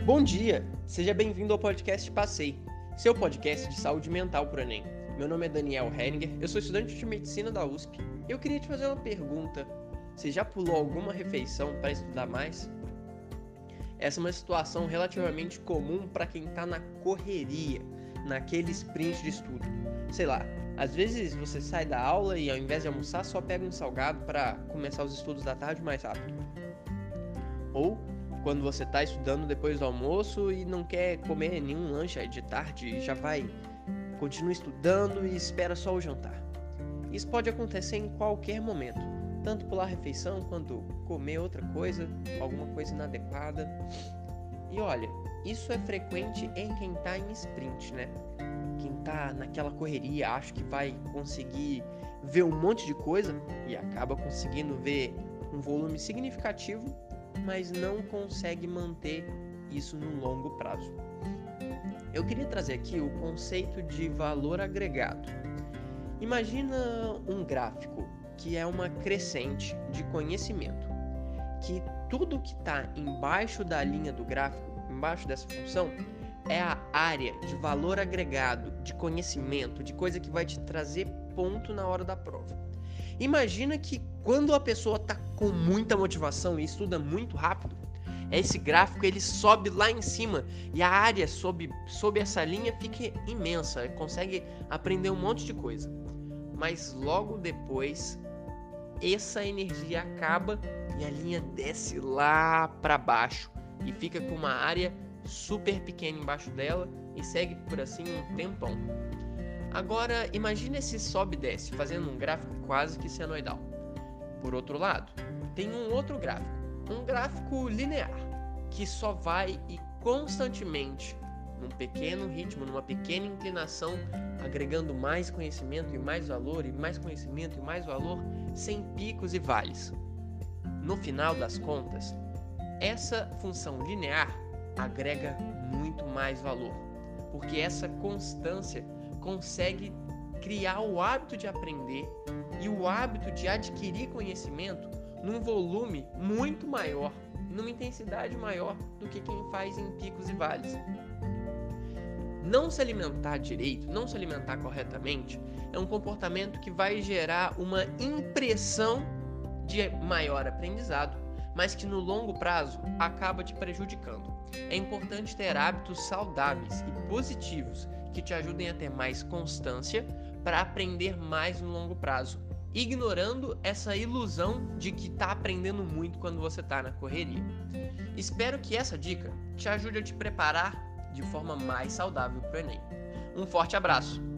Bom dia! Seja bem-vindo ao podcast Passei, seu podcast de saúde mental para o Enem. Meu nome é Daniel Henninger, eu sou estudante de medicina da USP e eu queria te fazer uma pergunta. Você já pulou alguma refeição para estudar mais? Essa é uma situação relativamente comum para quem está na correria, naquele sprint de estudo. Sei lá, às vezes você sai da aula e ao invés de almoçar só pega um salgado para começar os estudos da tarde mais rápido. Ou quando você está estudando depois do almoço e não quer comer nenhum lanche aí de tarde, já continua estudando e espera só o jantar. Isso pode acontecer em qualquer momento, tanto pular a refeição quanto comer outra coisa, alguma coisa inadequada. E olha, isso é frequente em quem está em sprint, né? Quem está naquela correria, acha que vai conseguir ver um monte de coisa e acaba conseguindo ver um volume significativo, mas não consegue manter isso no longo prazo. Eu queria trazer aqui o conceito de valor agregado. Imagina um gráfico que é uma crescente de conhecimento, que tudo que está embaixo da linha do gráfico, embaixo dessa função, é a área de valor agregado, de conhecimento, de coisa que vai te trazer ponto na hora da prova. Imagina que quando a pessoa está com muita motivação e estuda muito rápido, esse gráfico ele sobe lá em cima e a área sob essa linha fica imensa, consegue aprender um monte de coisa. Mas logo depois, essa energia acaba e a linha desce lá para baixo e fica com uma área super pequena embaixo dela e segue por assim um tempão. Agora, imagine esse sobe e desce, fazendo um gráfico quase que senoidal. Por outro lado, tem um outro gráfico, um gráfico linear, que só vai e constantemente, num pequeno ritmo, numa pequena inclinação, agregando mais conhecimento e mais valor, e mais conhecimento e mais valor, sem picos e vales. No final das contas, essa função linear agrega muito mais valor, porque essa constância consegue criar o hábito de aprender e o hábito de adquirir conhecimento num volume muito maior, numa intensidade maior do que quem faz em picos e vales. Não se alimentar direito, não se alimentar corretamente, é um comportamento que vai gerar uma impressão de maior aprendizado, mas que no longo prazo acaba te prejudicando. É importante ter hábitos saudáveis e positivos que te ajudem a ter mais constância para aprender mais no longo prazo, ignorando essa ilusão de que está aprendendo muito quando você está na correria. Espero que essa dica te ajude a te preparar de forma mais saudável para o Enem. Um forte abraço!